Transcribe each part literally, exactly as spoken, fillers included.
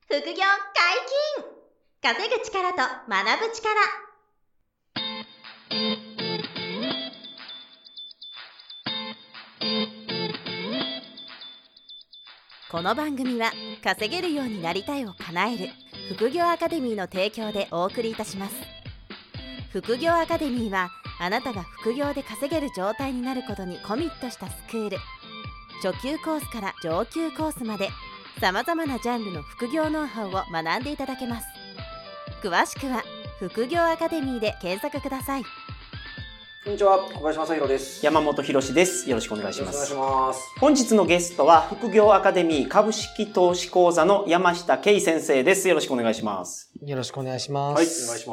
副業解禁！稼ぐ力と学ぶ力。この番組は稼げるようになりたいを叶える副業アカデミーの提供でお送りいたします。副業アカデミーはあなたが副業で稼げる状態になることにコミットしたスクール。初級コースから上級コースまでさまざまなジャンルの副業ノウハウを学んでいただけます。詳しくは副業アカデミーで検索ください。 こんにちは、小林正弘です。 山本博史です。よろしくお願いします。 よろしくお願いします。 本日のゲストは副業アカデミー株式投資講座の山下圭先生です。よろしくお願いします。 よろしくお願いします。 はい、お願いします。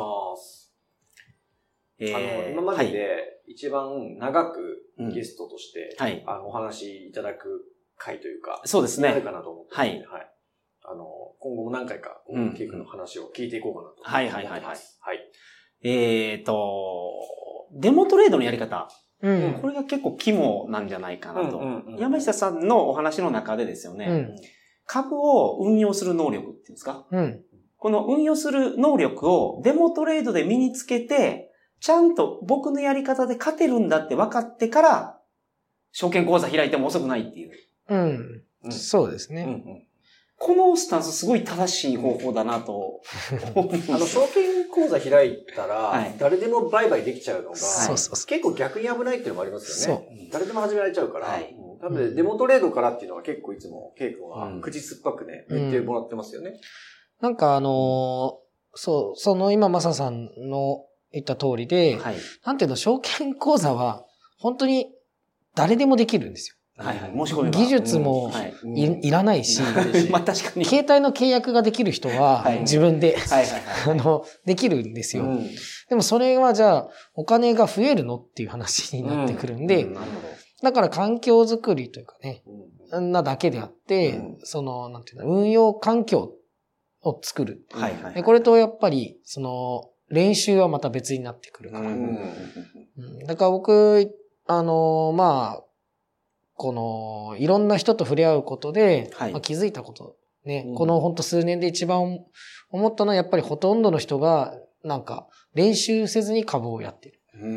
えー、あの今までで一番長くゲストとして、はい、あのお話しいただく回というか、 そうですね。 あるかなと思って、 はい、 はい。あの今後も何回かケイ君の話を聞いていこうかなと思ってます。 はいはいはいはい。 はい。 えーとデモトレードのやり方、うん、これが結構肝なんじゃないかなと、うんうんうん、山下さんのお話の中でですよね、うん、株を運用する能力っていうんですか、うん、この運用する能力をデモトレードで身につけてちゃんと僕のやり方で勝てるんだって分かってから証券口座開いても遅くないっていう、 うんうん、そうですね、うんうん、 このスタンスすごい正しい方法だなと思うんですよ。 あの証券口座開いたら、はい、誰でも売買できちゃうのが、 そうそうそう、 結構逆に危ないっていうのもありますよね。 そう、 誰でも始められちゃうから、はい、多分デモトレードからっていうのは結構いつもケイ君は口酸っぱくね、うん、言ってもらってますよね。 なんかあのー、そう、その今マサさんの言った通りで、はい、なんていうの、証券口座は本当に誰でもできるんですよ。 はいはい、申し込めば技術も い,、うんはい、いらないし、 まあ確かに携帯の契約ができる人は自分で、はいはいはい、あのできるんですよ、うん。でもそれはじゃあお金が増えるのっていう話になってくるんで、うんうん、だから環境づくりというかね、うん、なだけであって、うん、そのなんていうの、運用環境を作る、はいはいはい、でこれとやっぱりその練習はまた別になってくるから、うんうん、だから僕あのまあこの、いろんな人と触れ合うことで、はい、まあ、気づいたこと。ね、うん。このほんと数年で一番思ったのは、やっぱりほとんどの人が、なんか、練習せずに株をやってる。うん、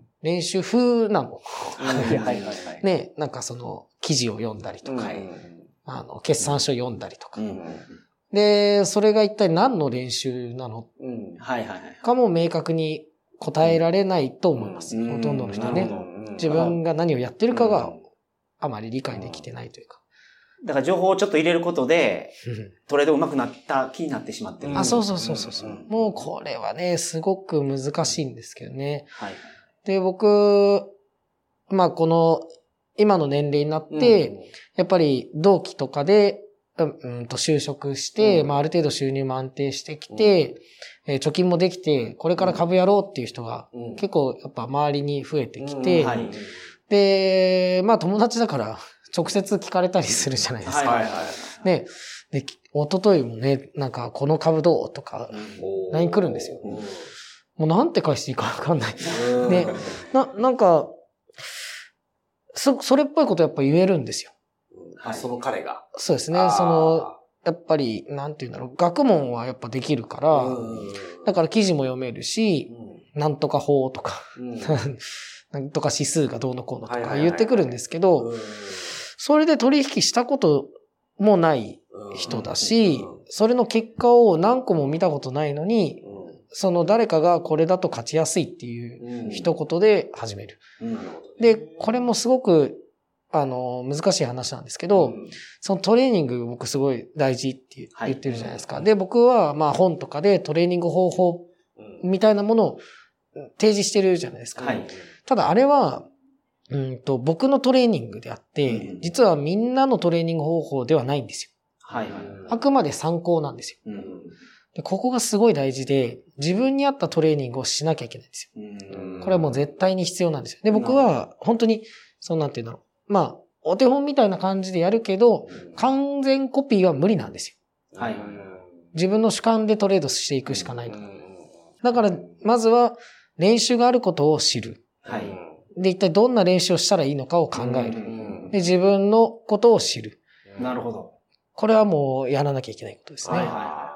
練習風なの。はいはいはい。ね、なんかその、記事を読んだりとか、うん、あの、決算書読んだりとか。うん、で、それが一体何の練習なの、うん、はいはいはい。かも明確に答えられないと思います。うん、ほとんどの人はね。自分が何をやってるかが、うん、あまり理解できてないというか。 だから情報をちょっと入れることで、トレード上手くなった気になってしまってる。 あ、そうそうそうそう。うん、もうこれはね、すごく難しいんですけどね。はい、で、僕、まあこの、今の年齢になって、うん、やっぱり同期とかで、うんと就職して、うん、まあある程度収入も安定してきて、うん、えー、貯金もできて、これから株やろうっていう人が結構やっぱ周りに増えてきて、うん、はい、で、まあ友達だから直接聞かれたりするじゃないですか。はいはいはい、ね、で、一昨日もね、なんかこの株どうとか ライン 来るんですよ。もうなんて返していいかわかんない。ね、な、なんか、そ、それっぽいことやっぱ言えるんですよ。 はい、その彼が。 そうですね。その、やっぱり、なんて言うんだろう、学問はやっぱできるから、だから記事も読めるし、うん、なんとか法とか、うんなんとか指数がどうのこうのとか言ってくるんですけど、それで取引したこともない人だし、それの結果を何個も見たことないのに、その誰かがこれだと勝ちやすいっていう一言で始める。で、これもすごく、あの、難しい話なんですけど、そのトレーニング僕すごい大事って言ってるじゃないですか。で、僕はまあ本とかでトレーニング方法みたいなものを提示してるじゃないですか。はい、ただあれは、うんと、僕のトレーニングであって、うん、実はみんなのトレーニング方法ではないんですよ。はいはい、あくまで参考なんですよ、うんで。ここがすごい大事で、自分に合ったトレーニングをしなきゃいけないんですよ。うん、これはもう絶対に必要なんですよ。で、僕は本当に、そうなんていうの、まあ、お手本みたいな感じでやるけど、完全コピーは無理なんですよ。はい、自分の主観でトレードしていくしかないから。だから、まずは練習があることを知る。はい、で、一体どんな練習をしたらいいのかを考える。で、自分のことを知る。 なるほど。 これはもうやらなきゃいけないことですね。はいはいはい、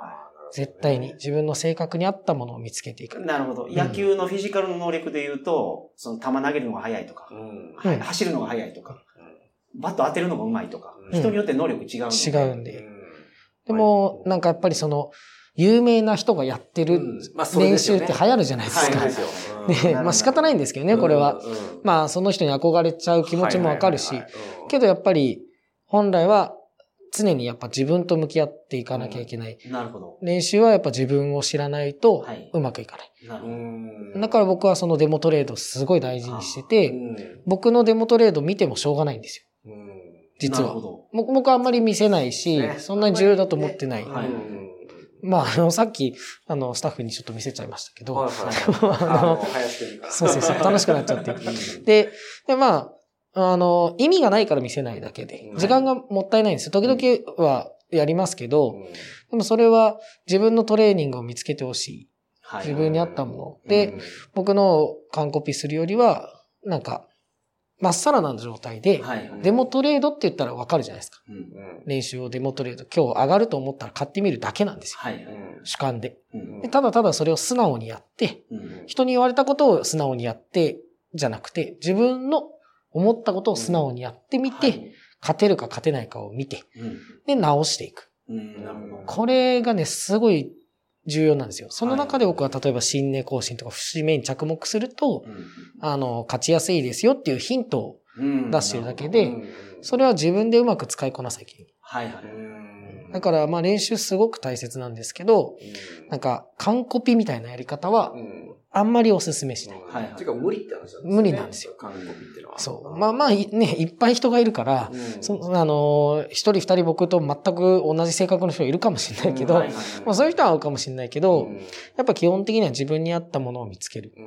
絶対に自分の性格に合ったものを見つけていく。 なるほど。野球のフィジカルの能力で言うと、その球投げるのが速いとか、うん、走るのが速いとか、うん、バット当てるのが上手いとか、うん、人によって能力違うんで。 違うんで。うん、でも、なんかやっぱりその、有名な人がやってる練習って流行るじゃないですか。で、まあ仕方ないんですけどね、これは。まあその人に憧れちゃう気持ちもわかるし、けどやっぱり本来は常にやっぱ自分と向き合っていかなきゃいけない。なるほど。練習はやっぱ自分を知らないとうまくいかない。なるほど。だから僕はそのデモトレードすごい大事にしてて、僕のデモトレード見てもしょうがないんですよ。実は。僕はあんまり見せないし、そんなに重要だと思ってない。まあ、あの、さっき、あの、スタッフにちょっと見せちゃいましたけど、はいはい、あの、そうそうそう、楽しくなっちゃって。で、で、まあ、あの、意味がないから見せないだけで、時間がもったいないんですよ。時々はやりますけど、でもそれは自分のトレーニングを見つけてほしい。自分に合ったもの。で、僕の完コピするよりは、なんか、まっさらな状態で、デモトレードって言ったらわかるじゃないですか。うんうん、練習をデモトレード、今日上がると思ったら買ってみるだけなんですよ。はいはい、主観で、うんうんで。ただただそれを素直にやって、うんうん、人に言われたことを素直にやって、じゃなくて、自分の思ったことを素直にやってみて、うんはい、勝てるか勝てないかを見て、うん、で、直していく、うん。これがね、すごい重要なんですよ。その中で僕は例えば新年更新とか節目に着目すると、うん、あの、勝ちやすいですよっていうヒントを出してるだけで、うん、それは自分でうまく使いこなさなきゃいけない。はいはい。だからまあ練習すごく大切なんですけど、うん、なんか完コピみたいなやり方は、あんまりお勧めしない。うん、 はいはい。ていうか無理って話なんですね。 無理なんですよ。 完コピっていうのは。 そう。まあまあね、いっぱい人がいるから、うん、そあの、一人二人僕と全く同じ性格の人がいるかもしれないけど、うんはいはいはい、まあそういう人は合うかもしれないけど、うん、やっぱ基本的には自分に合ったものを見つける。うん、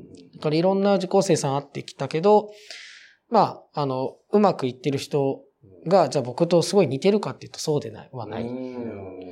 だからいろんな受講生さん会ってきたけど、まあ、あの、うまくいってる人が、じゃあ僕とすごい似てるかっていうとそうでないはない。うん、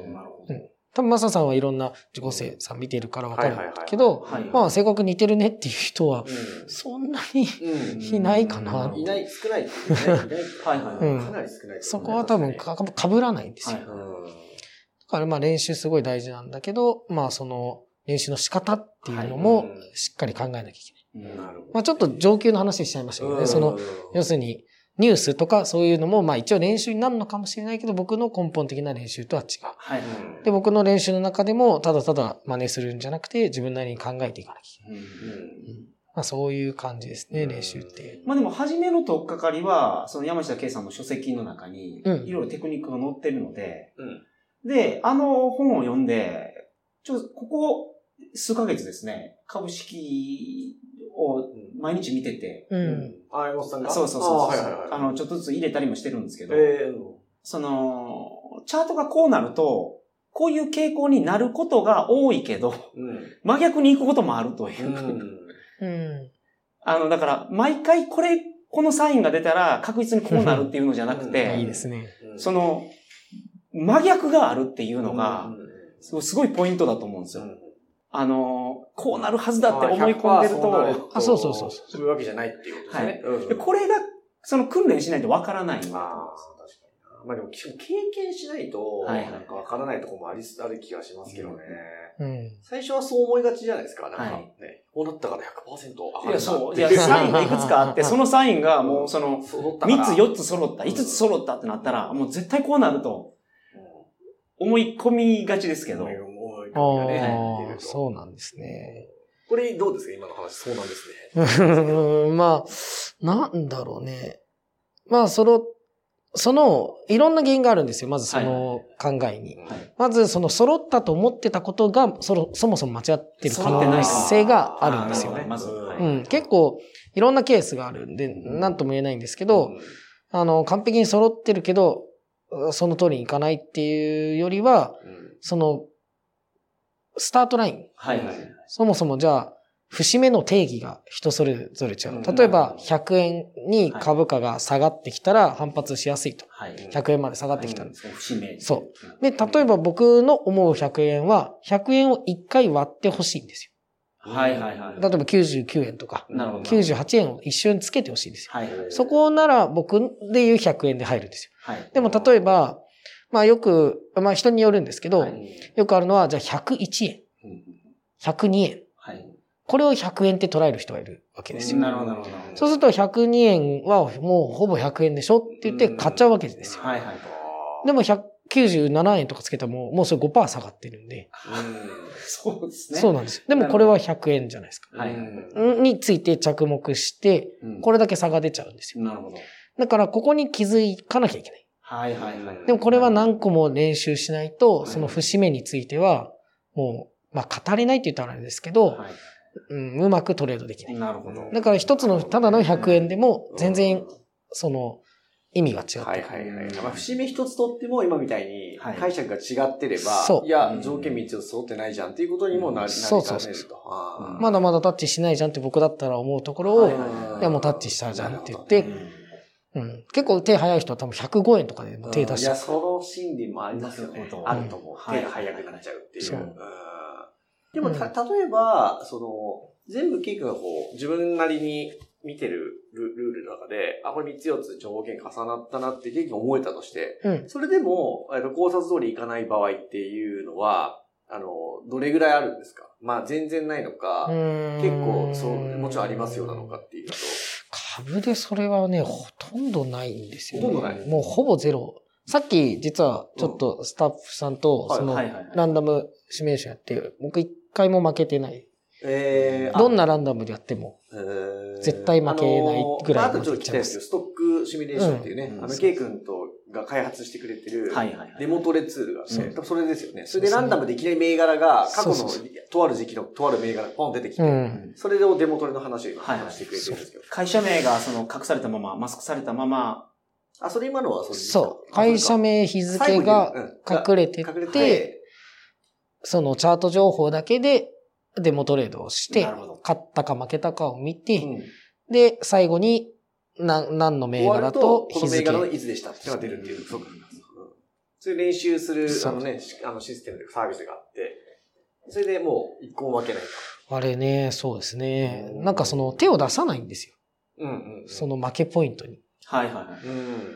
なるほど。うん多分マサさんはいろんな受講生さん見てるからわかるけど、まあ性格似てるねっていう人は、そんなにいないかな。 いない、少ないですね。はいはい。かなり少ない。 そこは多分かぶらないんですよ。だからまあ練習すごい大事なんだけど、まあその練習の仕方っていうのもしっかり考えなきゃいけない。まあちょっと上級の話しちゃいましたけどね。その、要するに、ニュースとかそういうのも、まあ一応練習になるのかもしれないけど、僕の根本的な練習とは違う。はい、で、僕の練習の中でも、ただただ真似するんじゃなくて、自分なりに考えていかなきゃいけない。うんうんまあそういう感じですね、練習って。 まあでも、初めの取っかかりは、その山下圭さんの書籍の中に、いろいろテクニックが載ってるので、うん、で、あの本を読んで、ちょっとここ数ヶ月ですね、株式を毎日見てて。うん。 あ、山本さんがそうそうそう。あ、はいはいはい。あの、ちょっとずつ入れたりもしてるんですけど、えー、その、チャートがこうなると、こういう傾向になることが多いけど、うん、真逆に行くこともあるという。うん。あの、だから、毎回これ、このサインが出たら確実にこうなるっていうのじゃなくて、 うん、いいですね。 その、真逆があるっていうのが、すごいポイントだと思うんですよ。うんあの、こうなるはずだって思い込んでると、 あ、そうそうそう。 そういうわけじゃないっていうことですね。はいうん、これが、その訓練しないとわからないんだと思います。確かにな。まあでも、経験しないと、なんかわからないところもあり、ある気がしますけどね。うん。最初はそう思いがちじゃないですか。なんかね、はい、こうなったから ひゃくパーセント 上がる。 いや、そう。いや、サインがいくつかあって、そのサインがもうその、みっつよっつ揃った、いつつ揃ったってなったら、もう絶対こうなると、思い込みがちですけど。 ああ、そうなんですね。 これどうですか今の話、そうなんですね。まあ、なんだろうね。まあ、その、その、いろんな原因があるんですよ。まずその考えに。はいはい、まず、その揃ったと思ってたことが、その、そもそも間違ってる可能性があるんですよね。まず、うん。結構、いろんなケースがあるんで、なんとも言えないんですけど、うん、あの、完璧に揃ってるけど、その通りにいかないっていうよりは、うん、その、スタートライン。はいはい。そもそもじゃあ、節目の定義が人それぞれ違う。例えば、ひゃくえんに株価が下がってきたら反発しやすいと。はい、ひゃくえんまで下がってきたら。節目。そう。で、例えば僕の思うひゃくえんは、ひゃくえんをいっかい割ってほしいんですよ。はいはいはい。例えばきゅうじゅうきゅうえんとか、なるほどきゅうじゅうはちえんを一瞬つけてほしいんですよ。はいはい。そこなら僕でいうひゃくえんで入るんですよ。はい。でも例えば、 まあよく、まあ人によるんですけど、はい、よくあるのは、じゃあひゃくいちえん、ひゃくにえん。はい、これをひゃくえんって捉える人がいるわけですよ。 なるほど、なるほど。 そうするとひゃくにえんはもうほぼひゃくえんでしょって言って買っちゃうわけですよ。はいはい。でもひゃくきゅうじゅうななえんとかつけたらもう、もうそれ ごパーセント 下がってるんで。 そうですね。 そうなんです。でもこれはひゃくえんじゃないですか。はいはい。について着目して、これだけ差が出ちゃうんですよ。なるほど。だからここに気づかなきゃいけない。はいはいはい。でもこれは何個も練習しないと、その節目については、もう、まあ語れないって言ったらあれですけど、はい、うん、うまくトレードできない。なるほど。だから一つのただのひゃくえんでも全然、その、意味が違って。 はいはいはい。まあ、節目一つとっても今みたいに解釈が違ってれば、はい、いや、条件みっつ揃ってないじゃんっていうことにもなりかねると。そうそうそう。 まだまだタッチしないじゃんって僕だったら思うところを、いやもうタッチしたじゃんって言って、うん、結構手早い人は多分ひゃくごえんとかで手出しちゃう。 いや、その心理もありますよね。あると思う。手が早くなっちゃうっていう。そう。でも、た、例えば、その、全部ケイ君がこう、自分なりに見てるルールの中で、あ、これみっつよっつ条件重なったなってケイ君が思えたとして、うん、それでも、えっと、考察通りいかない場合っていうのは、あの、どれぐらいあるんですか？まあ、全然ないのか、結構、そう、もちろんありますよなのかっていうと。 株でそれはね、ほとんどないんですよね。 ほとんどない。 もうほぼゼロ。さっき実はちょっとスタッフさんとそのランダム指名者やって、僕一回も負けてない。えー、どんなランダムでやっても、絶対負けないぐらいまでいっちゃいます。あとちょっと聞きたいですけど、ストックシミュレーションっていうね、うん、あの、ケイ君とが開発してくれてるデモトレツールがあって、それですよね。それでランダムでいきなり銘柄が過去のとある時期のとある銘柄がポン出てきて、うん、それをデモトレの話を今話してくれてるんですけど。 会社名がその隠されたまま、マスクされたまま、 あ、それ今のはそれそう。会社名日付が隠れてて、そのチャート情報だけでデモトレードをして、勝ったか負けたかを見て、うん、で、最後に何、何の銘柄と日付。この銘柄のいつでしたってが出るっていう。そうか。そういう練習する、あのね、あのシステムでサービスがあって、それでもう一個も負けないと。 あれね、そうですね。なんかその手を出さないんですよ。うんうんうん、その負けポイントに。はいはいはい。うん、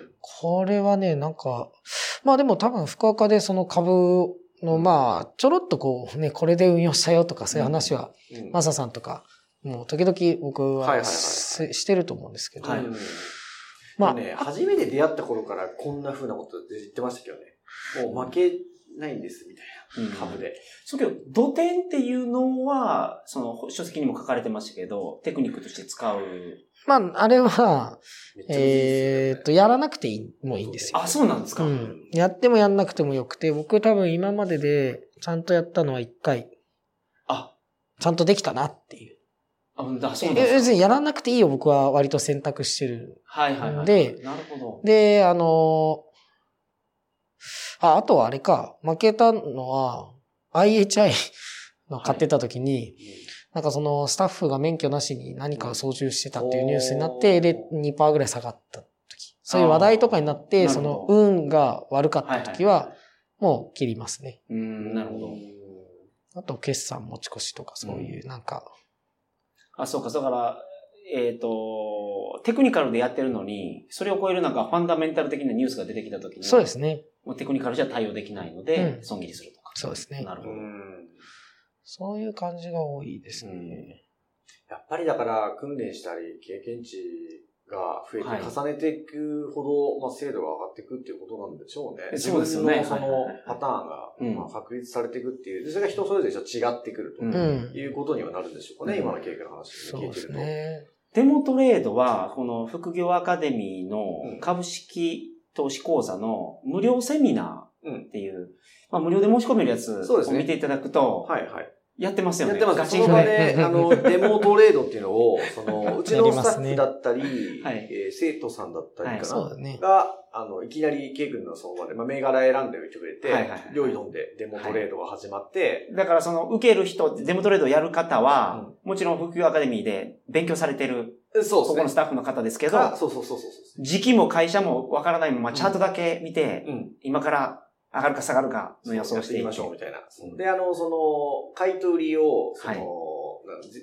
これはね、なんか、まあでも多分福岡でその株の、まあ、ちょろっとこうね、これで運用したよとかそういう話は、うん、マサさんとか、もう時々僕は、はいはいはい、してると思うんですけど。はい、 まあね、初めて出会った頃からこんな風なこと言ってましたけどね。もう負けないんです、みたいな、株で。うん、 そうけど、土点っていうのは、その書籍にも書かれてましたけど、テクニックとして使う。 まあ、あれは、えっと、やらなくていい、もういいんですよ。 あ、そうなんですか、うん、 やってもやんなくてもよくて、僕多分今まででちゃんとやったのは一回。あ、ちゃんとできたなっていう。あ、だ、そうですか。別にやらなくていいよ、僕は割と選択してる。はいはいはい。で、なるほど。で、あの、あ、あとはあれか、負けたのは、アイエイチアイ の買ってた時に、はい、なんかそのスタッフが免許なしに何かを操縦してたっていうニュースになって、で にパーセント ぐらい下がった時。そういう話題とかになって、その運が悪かった時は、もう切りますね。 うん、なるほど。 あと、決算持ち越しとかそういう、なんか。 あ、そうか、だから、えっと、テクニカルでやってるのに、それを超えるなんかファンダメンタル的なニュースが出てきた時に、 そうですね。 もうテクニカルじゃ対応できないので、損切りするとか。 そうですね。 なるほど。 そういう感じが多いですね。 やっぱりだから訓練したり経験値が増えて重ねていくほど、まあ精度が上がっていくっていうことなんでしょうね。 そうですよね。 そのパターンがまあ確立されていくっていう、それが人それぞれ違ってくるということにはなるんでしょうかね。今の経験の話を聞いてると。 デモトレードは、この副業アカデミーの株式投資講座の無料セミナーっていう、まあ無料で申し込めるやつを見ていただくと、はいはい。やってますよね。 やってます。その場で、あの、デモトレードっていうのを、その、うちのスタッフだったり、はい、えー、生徒さんだったりかな、はい、そうだね、が、あの、いきなり K 君のその場で、まあ、銘柄選んでおいてくれて、はいはいはい、用意飲んでデモトレードが始まって、 はい、だからその、受ける人、デモトレードをやる方は、うん、もちろん副業アカデミーで勉強されてる、そうですね。ここのスタッフの方ですけど、そうそうそうそうそう。時期も会社もわからないまま、チャートだけ見て、うん、今から、上がるか下がるかの予想していきましょうみたいな。で、あの、その、買い取りを、その、はい、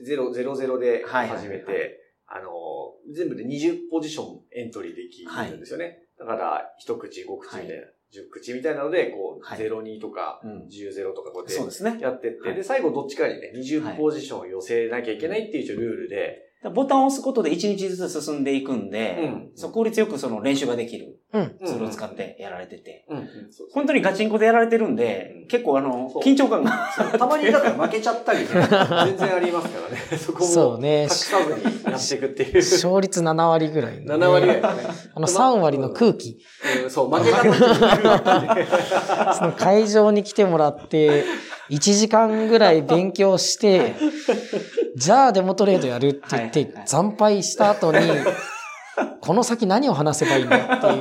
ゼロ、ゼロゼロで始めて、はいはいはい、あの、全部でにじゅうポジションエントリーできるんですよね。はい、だから、一口、五口みたいな。はい、 熟口みたいなので、こう、ゼロにとか、じゅうゼロとかこうやってやってって、で、最後どっちかにね、にじゅうポジションを寄せなきゃいけないっていうルールで、 ボタンを押すことでいちにちずつ進んでいくんで、うん、そう効率よくその練習ができるツールを使ってやられてて、うんうん、本当にガチンコでやられてるんで、うん、結構あの、緊張感が。 たまにだから負けちゃったりね、全然ありますからね。そこも隠さずにやっていくっていう。 勝率ななわりぐらい、ね。 ななわりぐらいですね。 あのさんわりの空気。 うん、そう、負けた時の空気。その会場に来てもらって、いちじかんぐらい勉強して、じゃあデモトレードやるって言って、惨敗した後に、この先何を話せばいいんだっていう、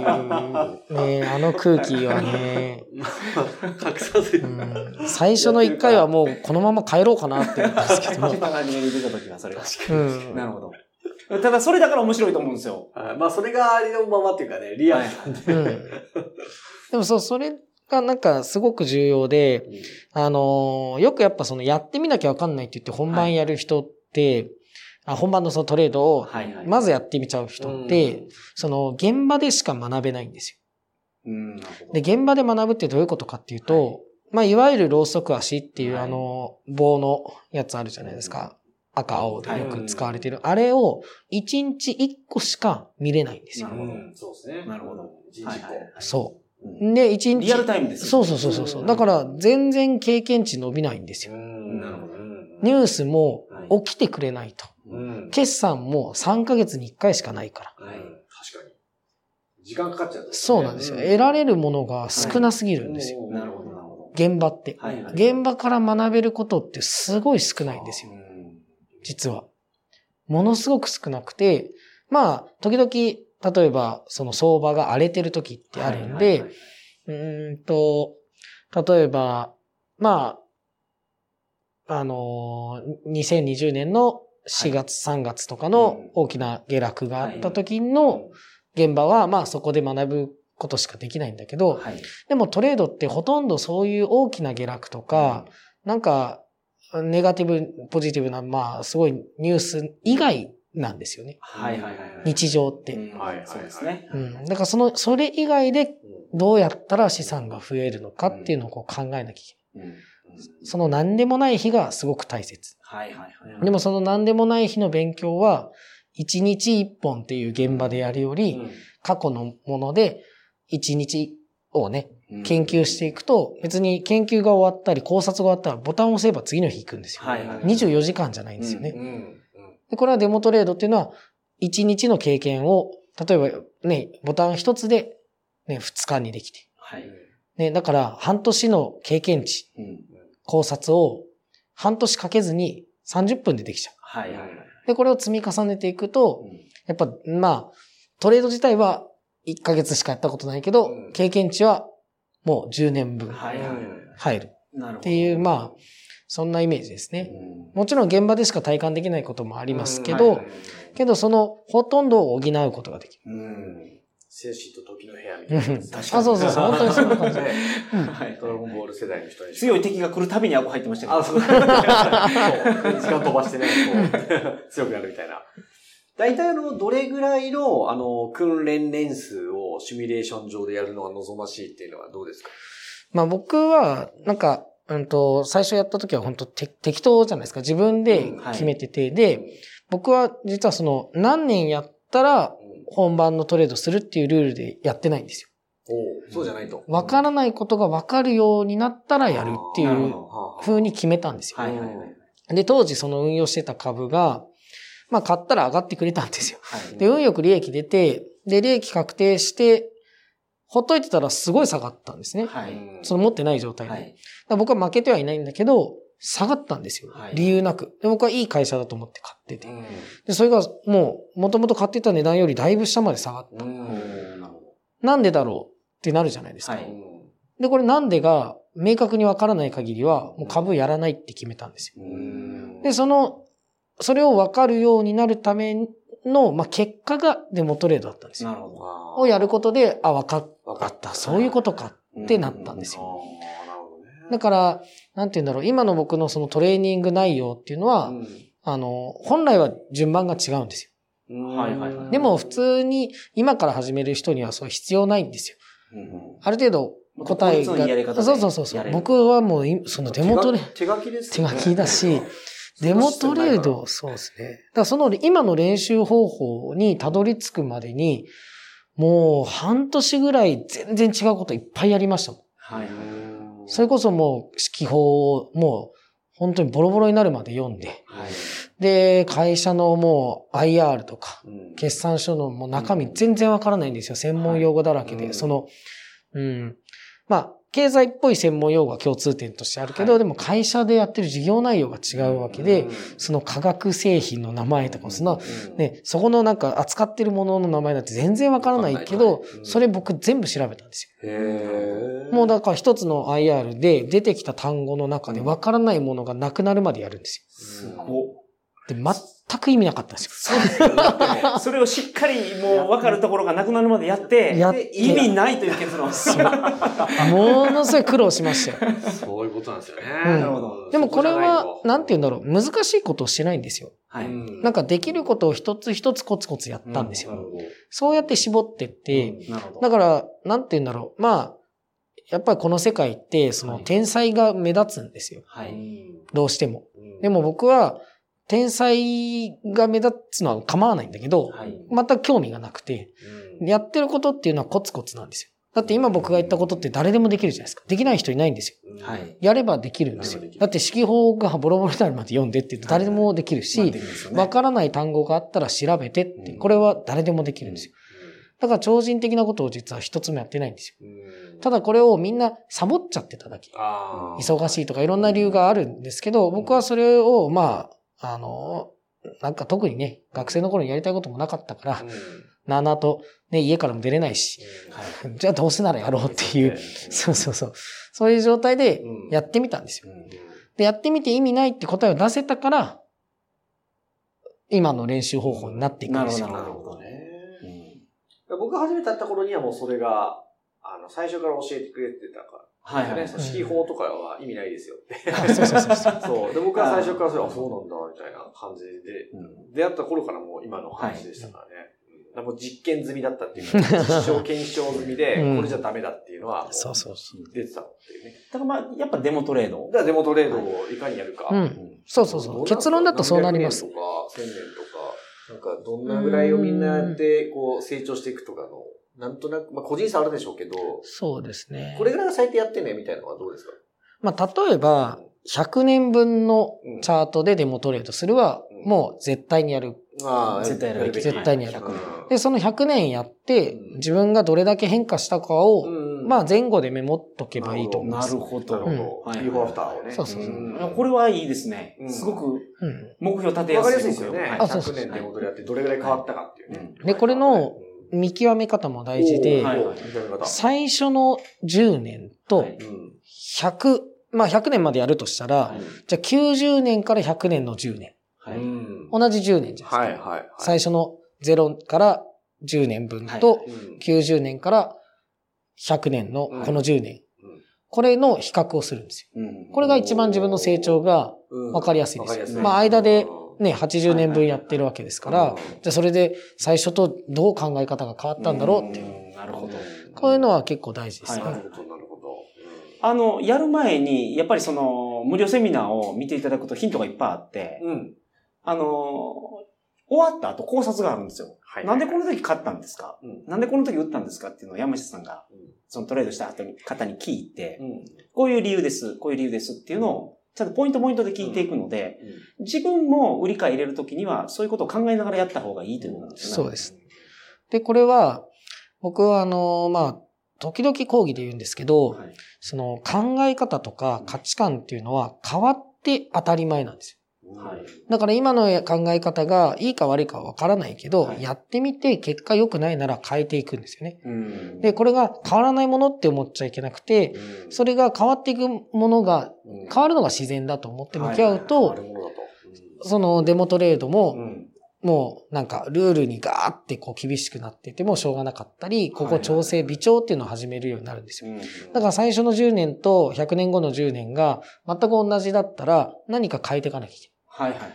ね、あの空気はね、 隠さずに、うん。 最初のいっかいはもうこのまま帰ろうかなって思ったんですけど。 一番初めに出た時はそれは。うん、なるほど。ただそれだから面白いと思うんですよ。 まあそれがありのままっていうかね、リアルなんで。うん、 でもそう、それ、がなんかすごく重要で、うん、あのー、よくやっぱそのやってみなきゃわかんないって言って本番やる人って、はい、あ本番のそのトレードをまずやってみちゃう人って、はいはい、その現場でしか学べないんですよ。うん、なるほど。で、現場で学ぶってどういうことかっていうと、はい、まあいわゆるローソク足っていう、はい、あの棒のやつあるじゃないですか。うん、赤青でよく使われてる。はい、あれをいちにちいっこしか見れないんですよ。 なるほど。そうですね。 なるほど。 いちにちいっこ。はいはい、 そう。で、一日。 リアルタイムですよね。そうそうそうそう。だから、全然経験値伸びないんですよ。なるほど。ニュースも起きてくれないと。はい、決算もさんかげつにいっかいしかないから。 はい、確かに。時間かかっちゃう、ね。 そうなんですよ。得られるものが少なすぎるんですよ。 はい、なるほど、なるほど。 現場って、はいはい。現場から学べることってすごい少ないんですよ。実は。ものすごく少なくて、まあ、時々、例えば、その相場が荒れてる時ってあるんで、はいはいはい、うーんと、例えば、まあ、あの、にせんにじゅうねんのしがつ、さんがつとかの大きな下落があった時の現場は、まあそこで学ぶことしかできないんだけど、はい、でもトレードってほとんどそういう大きな下落とか、うん、なんか、ネガティブ、ポジティブな、まあすごいニュース以外、なんですよね。 はいはいはい。 日常って。 うん、はいはい。そうですね。 うん。だからその、それ以外でどうやったら資産が増えるのかっていうのをこう考えなきゃいけない。うん、その何でもない日がすごく大切。 はいはいはい。 でもその何でもない日の勉強は、一日一本っていう現場でやるより、うん、過去のもので一日をね、研究していくと、別に研究が終わったり考察が終わったらボタンを押せば次の日行くんですよ。はいはいはい。にじゅうよじかんじゃないんですよね。うんうんでこれはデモトレードっていうのは、一日の経験を、例えばね、ボタン一つで、ね、二日にできて。はい。ね、だから、半年の経験値、うん、考察を、半年かけずにさんじゅっぷんでできちゃう。はいはいはい。で、これを積み重ねていくと、うん、やっぱ、まあ、トレード自体はいっかげつしかやったことないけど、うん、経験値はもうじゅうねんぶん入る。なるほど。っていう、まあ、そんなイメージですね。もちろん現場でしか体感できないこともありますけど、けどそのほとんどを補うことができる。うん、 精神と時の部屋みたいな。確かに。 あ、そうそうそう。本当にそんな感じで。 ドラゴンボール世代の人に。 強い敵が来るたびにアゴ入ってましたけど。 あ、そう。時間飛ばしてね、こう、強くなるみたいな。大体あの、どれぐらいの、あの、訓練年数をシミュレーション上でやるのが望ましいっていうのはどうですか？ まあ僕は、なんか、うんと、最初やった時は本当適当じゃないですか。自分で決めてて、うんはい、で、僕は実はその何年やったら本番のトレードするっていうルールでやってないんですよ。 おそうじゃないと。 わからないことがわかるようになったらやるっていう風に決めたんですよ。はいはいはい、で、当時その運用してた株が、まあ買ったら上がってくれたんですよ。はい、で、運よく利益出て、で、利益確定して、ほっといてたらすごい下がったんですね。はい、その持ってない状態で。はい、僕は負けてはいないんだけど、下がったんですよ。はい、理由なく。で僕はいい会社だと思って買ってて。うん、でそれがもう、もともと買ってた値段よりだいぶ下まで下がった。うん、なんでだろうってなるじゃないですか。はい、で、これなんでが明確にわからない限りは、もう株やらないって決めたんですよ。うん、で、その、それをわかるようになるための、まあ、結果がデモトレードだったんですよ。なるほど。をやることで、あ、わかった。そういうことかってなったんですよ。だから、なんて言うんだろう、今の僕のそのトレーニング内容っていうのは、うん、あの、本来は順番が違うんですよ。はいはいはい。でも普通に今から始める人にはそう必要ないんですよ。 ある程度答えが、そうそうそうそう。僕はもう、そのデモトレ、 手書きですね。 手書きだし、デモトレード、そうですね。だからその今の練習方法にたどり着くまでに、もう半年ぐらい全然違うこといっぱいやりましたもん。はい。それこそもう指揮法をもう本当にボロボロになるまで読んで、はい、で、会社のもう アイアール とか、うん、決算書のもう中身全然わからないんですよ。専門用語だらけで。はい、その、うん。まあ、経済っぽい専門用語は共通点としてあるけど、はい、でも会社でやってる事業内容が違うわけで、うん、その化学製品の名前とか、その、うん、ね、そこのなんか扱ってるものの名前なんて全然わからないけど、うん、それ僕全部調べたんですよ。へー。もうだから一つの アイアール で出てきた単語の中でわからないものがなくなるまでやるんですよ。すごい。で、全く意味なかったんですよ。 そうですよね。それをしっかりもう分かるところがなくなるまでやって、やって意味ないという結論。 ものすごい苦労しましたよ。 そういうことなんですよね。 うん、なるほど。でもこれは、なんて言うんだろう、難しいことをしてないんですよ。はい。なんかできることを一つ一つコツコツやったんですよ。うん、そうやって絞ってって、うん、なるほど。だから、なんて言うんだろう、まあ、やっぱりこの世界って、その天才が目立つんですよ。はい。どうしても。でも僕は、天才が目立つのは構わないんだけど、はい、また興味がなくて、うん、やってることっていうのはコツコツなんですよ。だって今僕が言ったことって誰でもできるじゃないですか。できない人いないんですよ。はい、やればできるんですよ。だって指揮法がボロボロになるまで読んでって言うと誰でもできるし、わ、はい、からない単語があったら調べてって、これは誰でもできるんですよ。だから超人的なことを実は一つもやってないんですよ。ただこれをみんなサボっちゃってただけ。忙しいとかいろんな理由があるんですけど、僕はそれをまあ、あの、なんか特にね、学生の頃にやりたいこともなかったから、うん、なあなあと、ね、家からも出れないし、うん、じゃあどうせならやろうっていう、うん、そうそうそう。そういう状態でやってみたんですよ。うん、で、やってみて意味ないって答えを出せたから、今の練習方法になっていくんですよ。なるほどね。 うん、僕が初めてやった頃にはもうそれが、あの、最初から教えてくれてたから。はいはい。指揮法とかは意味ないですよって。そうそうそうそう。そう。で、僕は最初からそれはそうなんだ、みたいな感じで、うん、出会った頃からもう今の話でしたからね。はい、もう実験済みだったっていう、実証検証済みで、これじゃダメだっていうのは、そうそうそう。出てたっていうね。 だからまあ、やっぱデモトレード。 だからデモトレードをいかにやるか。 うん。そうそうそう。結論だとそうなります。 とか、せんねんとか、なんかどんなぐらいをみんなやって、こう、成長していくとかの、なんとなく、まあ個人差あるでしょうけど。 そうですね。 これぐらいが最低やってね、みたいなのはどうですか？ まあ例えば、ひゃくねんぶんのチャートでデモトレードするは、もう絶対にやる。 ああ、絶対やるべき。 絶対にやる。で、そのひゃくねんやって、自分がどれだけ変化したかを、まあ前後でメモっとけばいいと思います。 なるほど。 なるほど。ビフォーアフターをね。 そうそうそう。 これはいいですね。すごく、目標立てやすい。 わかりやすいですよね。ひゃくねんデモトレやってどれぐらい変わったかっていうね。 で、これの、見極め方も大事で、最初のじゅうねんとひゃく、まあひゃくねんまでやるとしたら、じゃあきゅうじゅうねんからひゃくねんのじゅうねん。同じじゅうねんじゃないですか。最初のゼロからじゅうねんぶんときゅうじゅうねんからひゃくねんのこのじゅうねん。これの比較をするんですよ。これが一番自分の成長がわかりやすいですよ。まあ間でね、はちじゅうねんぶんやってるわけですから、じゃあそれで最初とどう考え方が変わったんだろうっていう。なるほど。こういうのは結構大事ですね。なるほど、なるほど。 あの、やる前に、やっぱりその、無料セミナーを見ていただくとヒントがいっぱいあって、うん、あの、終わった後考察があるんですよ。はい、なんでこの時買ったんですか、うん、なんでこの時売ったんですかっていうのを山下さんが、そのトレードした後に方に聞いて、うん、こういう理由です、こういう理由ですっていうのを、ちゃんとポイントポイントで聞いていくので、うんうん、自分も売り買い入れるときには、そういうことを考えながらやった方がいいということなんですね。 そうです。で、これは、僕はあの、まあ、時々講義で言うんですけど、はい、その考え方とか価値観っていうのは変わって当たり前なんですよ。はい、だから今の考え方がいいか悪いかはわからないけど、はい、やってみて結果良くないなら変えていくんですよね。うん、で、これが変わらないものって思っちゃいけなくて、うん、それが変わっていくものが、変わるのが自然だと思って向き合うと、そのデモトレードも、うんもうなんかルールにガーってこう厳しくなっていてもしょうがなかったり、ここ調整微調っていうのを始めるようになるんですよ。だから最初のじゅうねんとひゃくねんごのじゅうねんが全く同じだったら何か変えていかなきゃいけはいはいはい。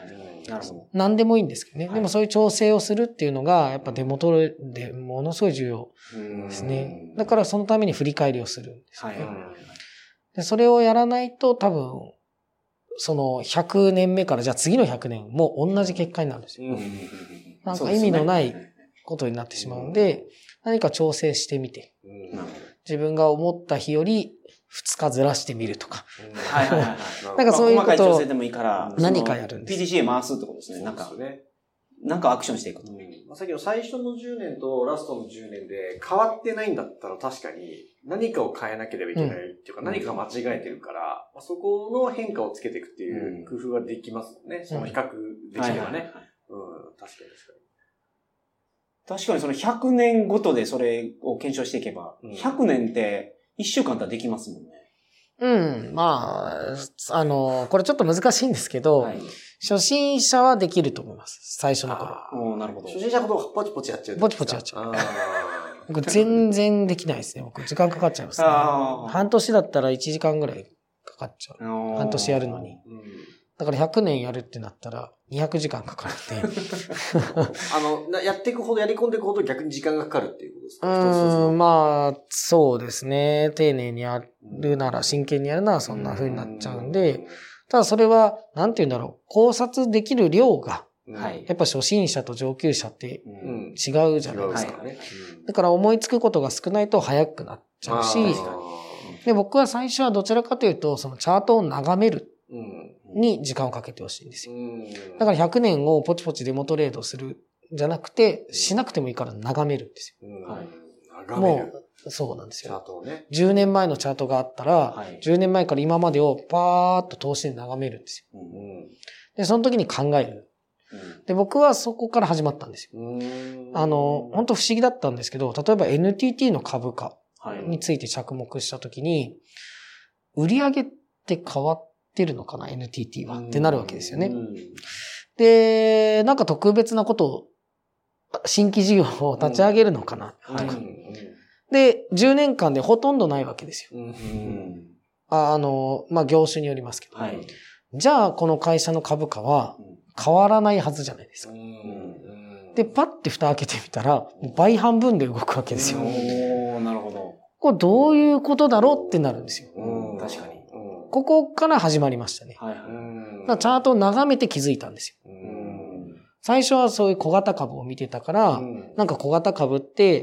なるほど。 何でもいいんですけどね。はい、でもそういう調整をするっていうのが、やっぱデモトレでものすごい重要ですね。だからそのために振り返りをするんですよね。はいはいはい、でそれをやらないと多分、そのひゃくねんめからじゃあ次のひゃくねんも同じ結果になるんですよ。なんか意味のないことになってしまうので、何か調整してみて、自分が思った日よりふつかずらしてみるとか。 はいはいはい。 なんかそういうことを細かい調整でもいいから何かやるんです。 ピーディーシーエー 回すってことですね。なんか、なんかアクションしていくと。 さっきの最初のじゅうねんとラストのじゅうねんで変わってないんだったら確かに何かを変えなければいけないっていうか、何かが間違えてるから、そこの変化をつけていくっていう工夫ができますもんね。その比較できればね。うん、確かに確かに。 確かにそのひゃくねんごとでそれを検証していけば、ひゃくねんっていっしゅうかんだったらできますもんね。 うん、まあ、あの、これちょっと難しいんですけど、はい、初心者はできると思います。最初の頃。 おなるほど。 初心者ほどポチポチやっちゃう。 ポチポチやっちゃう。僕全然できないですね。僕時間かかっちゃいますね。半年だったらいちじかんぐらいかかっちゃう。半年やるのに。だからひゃくねんやるってなったらにひゃくじかんかかるんで。 あの、やっていくほどやり込んでいくほど逆に時間がかかるっていうことですか？ うん、まあ、そうですね。丁寧にやるなら、真剣にやるならそんな風になっちゃうんで、ただそれは、なんて言うんだろう。考察できる量が、はい、やっぱ初心者と上級者って違うじゃないですか。うん、だから思いつくことが少ないと早くなっちゃうし、で僕は最初はどちらかというと、そのチャートを眺めるに時間をかけてほしいんですよ。だからひゃくねんをポチポチデモトレードするじゃなくて、しなくてもいいから眺めるんですよ。はい、眺める。もう、そうなんですよ。チャートをね。じゅうねんまえのチャートがあったら、はい、じゅうねんまえから今までをパーッと通しで眺めるんですよ。うん、で、その時に考える。で、僕はそこから始まったんですよ。あの、本当不思議だったんですけど、例えば エヌティーティー の株価について着目した時に、売上って変わってるのかな エヌティーティー はってなるわけですよね。で、なんか特別なことを、新規事業を立ち上げるのかなとか。で、じゅうねんかんでほとんどないわけですよ。あの、まあ、業種によりますけど。はい、じゃあ、この会社の株価は変わらないはずじゃないですか。で、パッて蓋開けてみたら、倍半分で動くわけですよ。 おー、なるほど。 これどういうことだろうってなるんですよ。 確かに。 ここから始まりましたね。はいはい、チャートを眺めて気づいたんですよ。最初はそういう小型株を見てたから、なんか小型株って、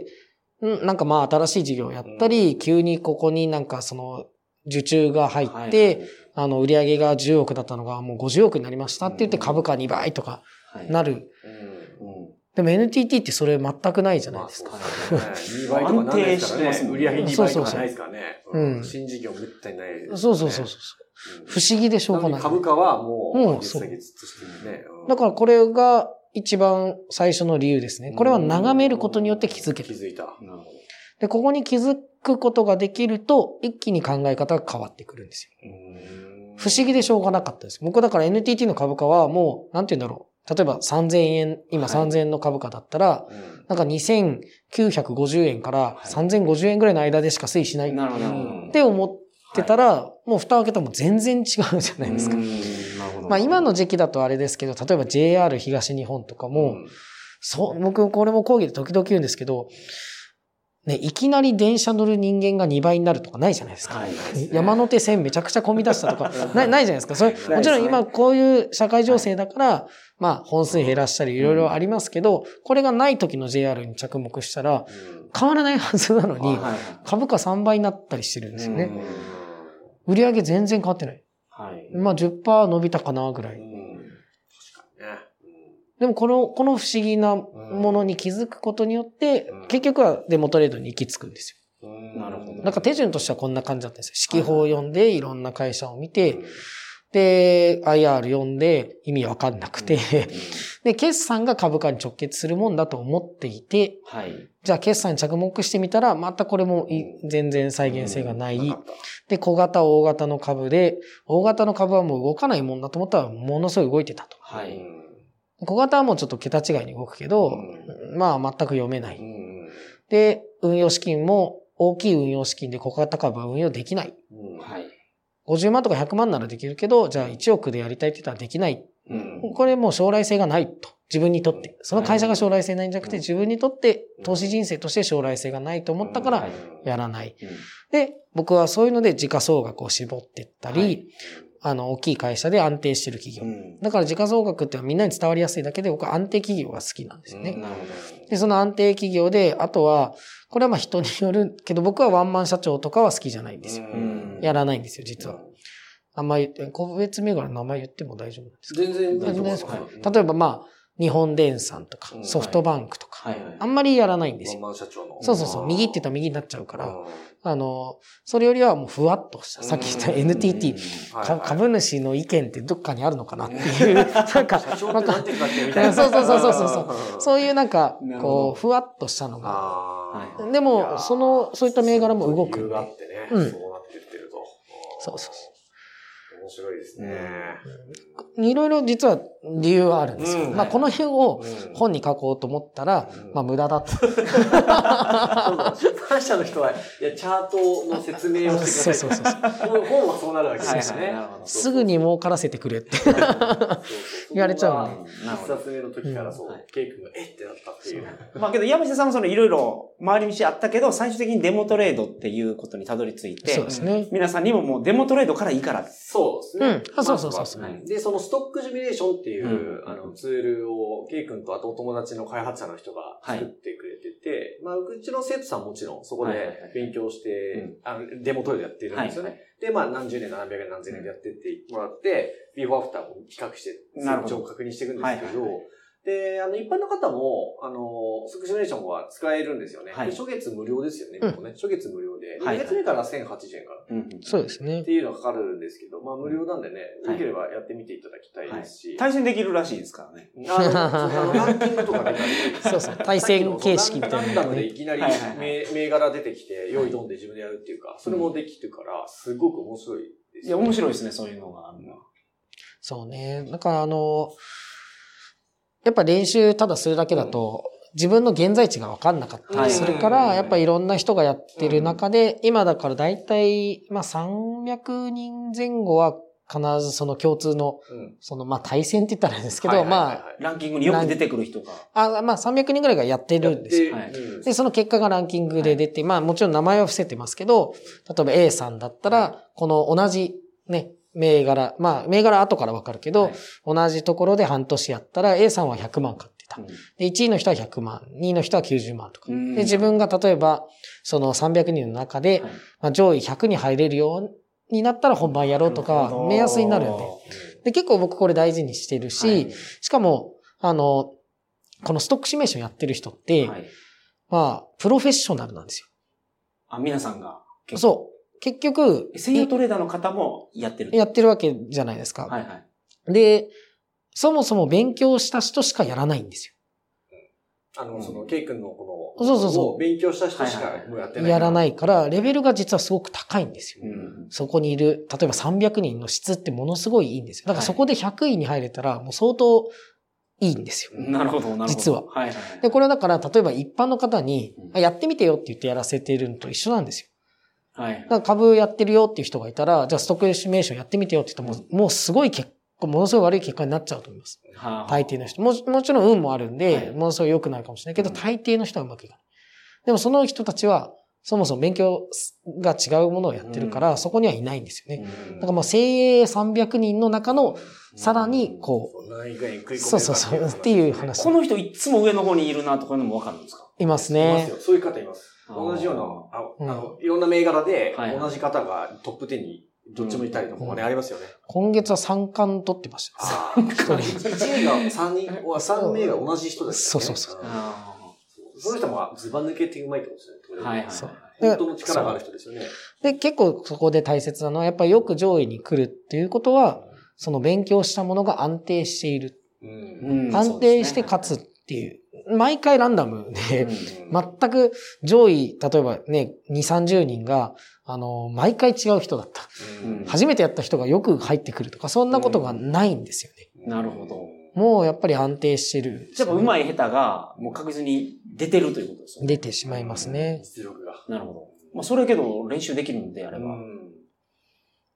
なんかまあ新しい事業をやったり、急にここになんかその受注が入って、あの売上がじゅうおくだったのがもうごじゅうおくになりましたって言って株価にばいとかなる。でも エヌティーティー ってそれ全くないじゃないですか。 にばいとかなんですからね。売上にばいとかないですからね。新事業めったにないですね。 そうそうそうそう。不思議でしょうがない。 株価はもう、もうそう。 だからこれが一番最初の理由ですね。これは眺めることによって気づけた。 気づいた。なるほど。 で、ここに気づくことができると、一気に考え方が変わってくるんですよ。不思議でしょうがなかったです。僕だから エヌティーティー の株価はもう、なんて言うんだろう。例えばさんぜんえん、今さんぜんえんの株価だったら、はい、なんかにせんきゅうひゃくごじゅうえんからさんぜんごじゅうえんぐらいの間でしか推移しないって思ってたら、はい、もう蓋を開けたらもう全然違うじゃないですか。まあ今の時期だとあれですけど、例えば ジェイアール 東日本とかも、うん、そう、僕これも講義で時々言うんですけど、ね、いきなり電車乗る人間がにばいになるとかないじゃないですか。はい、山手線めちゃくちゃ混み出したとかない、ないじゃないですか。それ、もちろん今こういう社会情勢だから、はい、まあ本数減らしたりいろいろありますけど、これがない時の ジェイアール に着目したら、変わらないはずなのに、株価さんばいになったりしてるんですよね。売上全然変わってない。はい、まあ じゅっパーセント 伸びたかなぐらい。でもこの、この不思議なものに気づくことによって、結局はデモトレードに行き着くんですよ。なるほど。なんか手順としてはこんな感じだったんですよ。指揮法を読んでいろんな会社を見て、で、アイアール 読んで意味わかんなくて、で、決算が株価に直結するもんだと思っていて、はい、じゃあ決算に着目してみたら、またこれも全然再現性がない。で、小型、大型の株で、大型の株はもう動かないもんだと思ったら、ものすごい動いてたと。はい、小型はもうちょっと桁違いに動くけど、うん、まあ全く読めない。うん、で、運用資金も大きい運用資金で小型株は運用できない。うん、はい、 ごじゅうまんとかひゃくまんならできるけど、じゃあいちおくでやりたいって言ったらできない。うん、これもう将来性がないと。自分にとって。その会社が将来性ないんじゃなくて、自分にとって投資人生として将来性がないと思ったからやらない。で、僕はそういうので時価総額を絞っていったり、はい、あの、大きい会社で安定してる企業。うん、だから時価総額ってみんなに伝わりやすいだけで、僕は安定企業が好きなんですよね。うん、で、その安定企業で、あとは、これはまあ人によるけど、僕はワンマン社長とかは好きじゃないんですよ。うん、やらないんですよ、実は。あんまり、個別銘柄の名前言っても大丈夫なんですか？ 全然大丈夫ですか？例えばまあ、日本電産とか、ソフトバンクとか、はいはい、あんまりやらないんですよ。 ワンマン社長の。 そうそうそう、右って言ったら右になっちゃうから、あの、それよりはもうふわっとした、さっき言った エヌティーティー、株主の意見ってどっかにあるのかなっていう、なんか、なんか、そうそうそうそうそう、そういうなんか、こう、ふわっとしたのが。でも、その、そういった銘柄も動く。 理由があってね、そうなってってると。 そうそうそう。 面白いですね。 いろいろ実は理由はあるんですよ。うん、まあこの辺を本に書こうと思ったら、うん、まあ無駄だと。出版社の人は、いや、チャートの説明をしてください。そうそうそう。本はそうなるわけですね。 すぐに儲からせてくれって言われちゃうんで。 一冊目の時からそう、ケイ君がえってなったっていう。 まあけど山下さんもそのいろいろ回り道あったけど、最終的にデモトレードっていうことにたどり着いて、 そうですね。 皆さんにももうデモトレードからいいから。 そうですね。 うん。あ、そうそうそうそう。 で、そのストックジュビレーションっていう、うん、あのツールを、ケイ君とあとお友達の開発者の人が作ってくれてて、はい、まあ、うちの生徒さんもちろんそこで勉強して、あの、デモトレードやってるんですよね。はいはい、で、まあ、何十年、何百年、何千年でやってってもらって、ビフォーアフターを比較して、成長を確認していくんですけど、で、あの、一般の方も、あの、ストックシミュレーションは使えるんですよね。はい、初月無料ですよね、うん、ね。初月無料で。にがつめからせんはちじゅうえんから、 うん。そうですね。 っていうのがかかるんですけど、まあ無料なんでね、よければやってみていただきたいですし。はい、 対戦できるらしいですからね。 あの、ランキングとか出たり。 そうそう、対戦形式みたいな、ね。 ランダムでいきなり銘柄出てきて、用意ドンで自分でやるっていうか、それもできてから、すごく面白いですよね。いや、面白いですね、そういうのがあるのは。 そうね。だからあの、やっぱ練習ただするだけだと、自分の現在地が分かんなかったりするから、やっぱいろんな人がやってる中で、今だからだいたい、まあさんびゃくにんぜん後は必ずその共通の、そのまあ対戦って言ったらいいんですけど、まあ。 ランキングによく出てくる人が。 あ、まあさんびゃくにんぐらいがやってるんですよ。で、その結果がランキングで出て、まあもちろん名前は伏せてますけど、例えば A さんだったら、この同じね、銘柄、まあ、銘柄後からわかるけど、はい、同じところで半年やったら A さんはひゃくまん買ってた。うん、で、いちいの人はひゃくまん、にいの人はきゅうじゅうまんとか。で、自分が例えば、そのさんびゃくにんの中で、はい、まあ、上位ひゃくに入れるようになったら本番やろうとか、目安になるんで。で、結構僕これ大事にしてるし、はい、しかも、あの、このストックシミュレーションやってる人って、はい、まあ、プロフェッショナルなんですよ。 あ、皆さんが。 そう。結局、 専用トレーダーの方もやってるやってるわけじゃないですか。はいはい。で、そもそも勉強した人しかやらないんですよ。 あの、その、ケイ君のこの、 そうそうそう。 勉強した人しかもうやってない。 やらないから、レベルが実はすごく高いんですよ。うん、そこにいる、例えばさんびゃくにんの質ってものすごいいいんですよ。だからそこでひゃくいに入れたら、もう相当いいんですよ。 なるほど、なるほど。 実は。はいはいはい。で、これだから、例えば一般の方に、うん、やってみてよって言ってやらせているのと一緒なんですよ。はい。だから株やってるよっていう人がいたら、じゃあストックシミュレーションやってみてよって言っても、もうすごい結構、ものすごい悪い結果になっちゃうと思います。はあ、大抵の人。も、もちろん運もあるんで、はい、ものすごい良くなるかもしれないけど、大抵の人はうまくいかない。でもその人たちは、そもそも勉強が違うものをやってるから、うん、そこにはいないんですよね。うん、だからもう精鋭さんびゃくにんの中の、さらに、こう、うん、そうそうそう、っていう話。 この人いつも上の方にいるなとかいうのもわかるんですか？ いますね。 いますよ。そういう方います。同じような、あの、いろんな銘柄で、同じ方がトップじゅうにどっちもいたりとかもね、ありますよね。 今月はさんかん取ってました。 ああ、一名がさんにん、さん名が同じ人ですよね。 そうそうそう。 その人もズバ抜けてうまいってことですね。はいはい。本当の力がある人ですよね。 で、結構そこで大切なのは、やっぱりよく上位に来るっていうことは、その勉強したものが安定している。うん、安定して勝つっていう。毎回ランダムで、全く上位、例えばね、に、さんじゅうにんが、あの、毎回違う人だった。初めてやった人がよく入ってくるとか、そんなことがないんですよね。 なるほど。 もうやっぱり安定してる。 やっぱ上手い下手が、もう確実に出てるということですよね。 出てしまいますね。 実力が。 なるほど。まあ、それけど練習できるんであれば。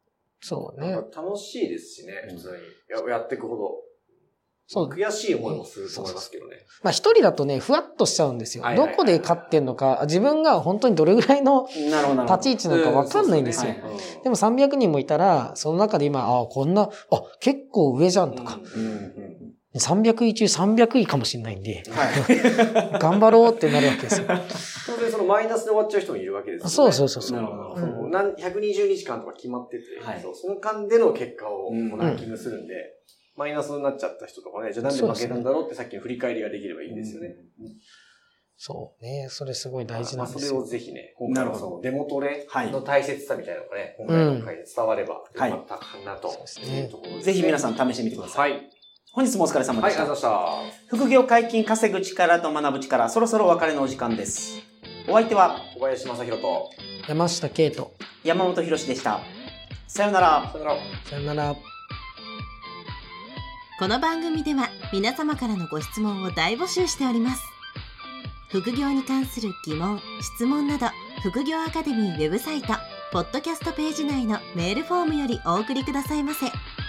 そうね。 楽しいですしね、普通に。やっていくほど。そう。悔しい思いもすると思いますけどね。 まあ一人だとね、ふわっとしちゃうんですよ。どこで勝ってんのか、自分が本当にどれぐらいの立ち位置なのかわかんないんですよ。でもさんびゃくにんもいたら、その中で今、ああ、こんな、あ、結構上じゃんとか。さんびゃくい中さんびゃくいかもしれないんで、はい、頑張ろうってなるわけですよ。 当然そのマイナスで終わっちゃう人もいるわけですよね。 そうそうそうそう。 なるほど。その何ひゃくにじゅうにちかんとか決まってて、はい、そうその間での結果をランキングするんで、うん、マイナスになっちゃった人とかね、じゃあなんで負けたんだろうってさっきの振り返りができればいいんですよね。うん、 そうね。それすごい大事なんですよ。 まあ、それをぜひね、今回のそのデモトレの大切さみたいなのがね、今回の回で伝わればよかったかなと、 いうところですね。ぜひ皆さん試してみてください。はい。本日もお疲れ様でした。 はい、ありがとうございました。 副業解禁、稼ぐ力と学ぶ力、そろそろお別れのお時間です。お相手は、 小林正宏と、 山下圭と、 山本博史でした。さよなら。 さよなら。 さよなら。 この番組では、皆様からのご質問を大募集しております。副業に関する疑問、質問など、副業アカデミーウェブサイト、ポッドキャストページ内のメールフォームよりお送りくださいませ。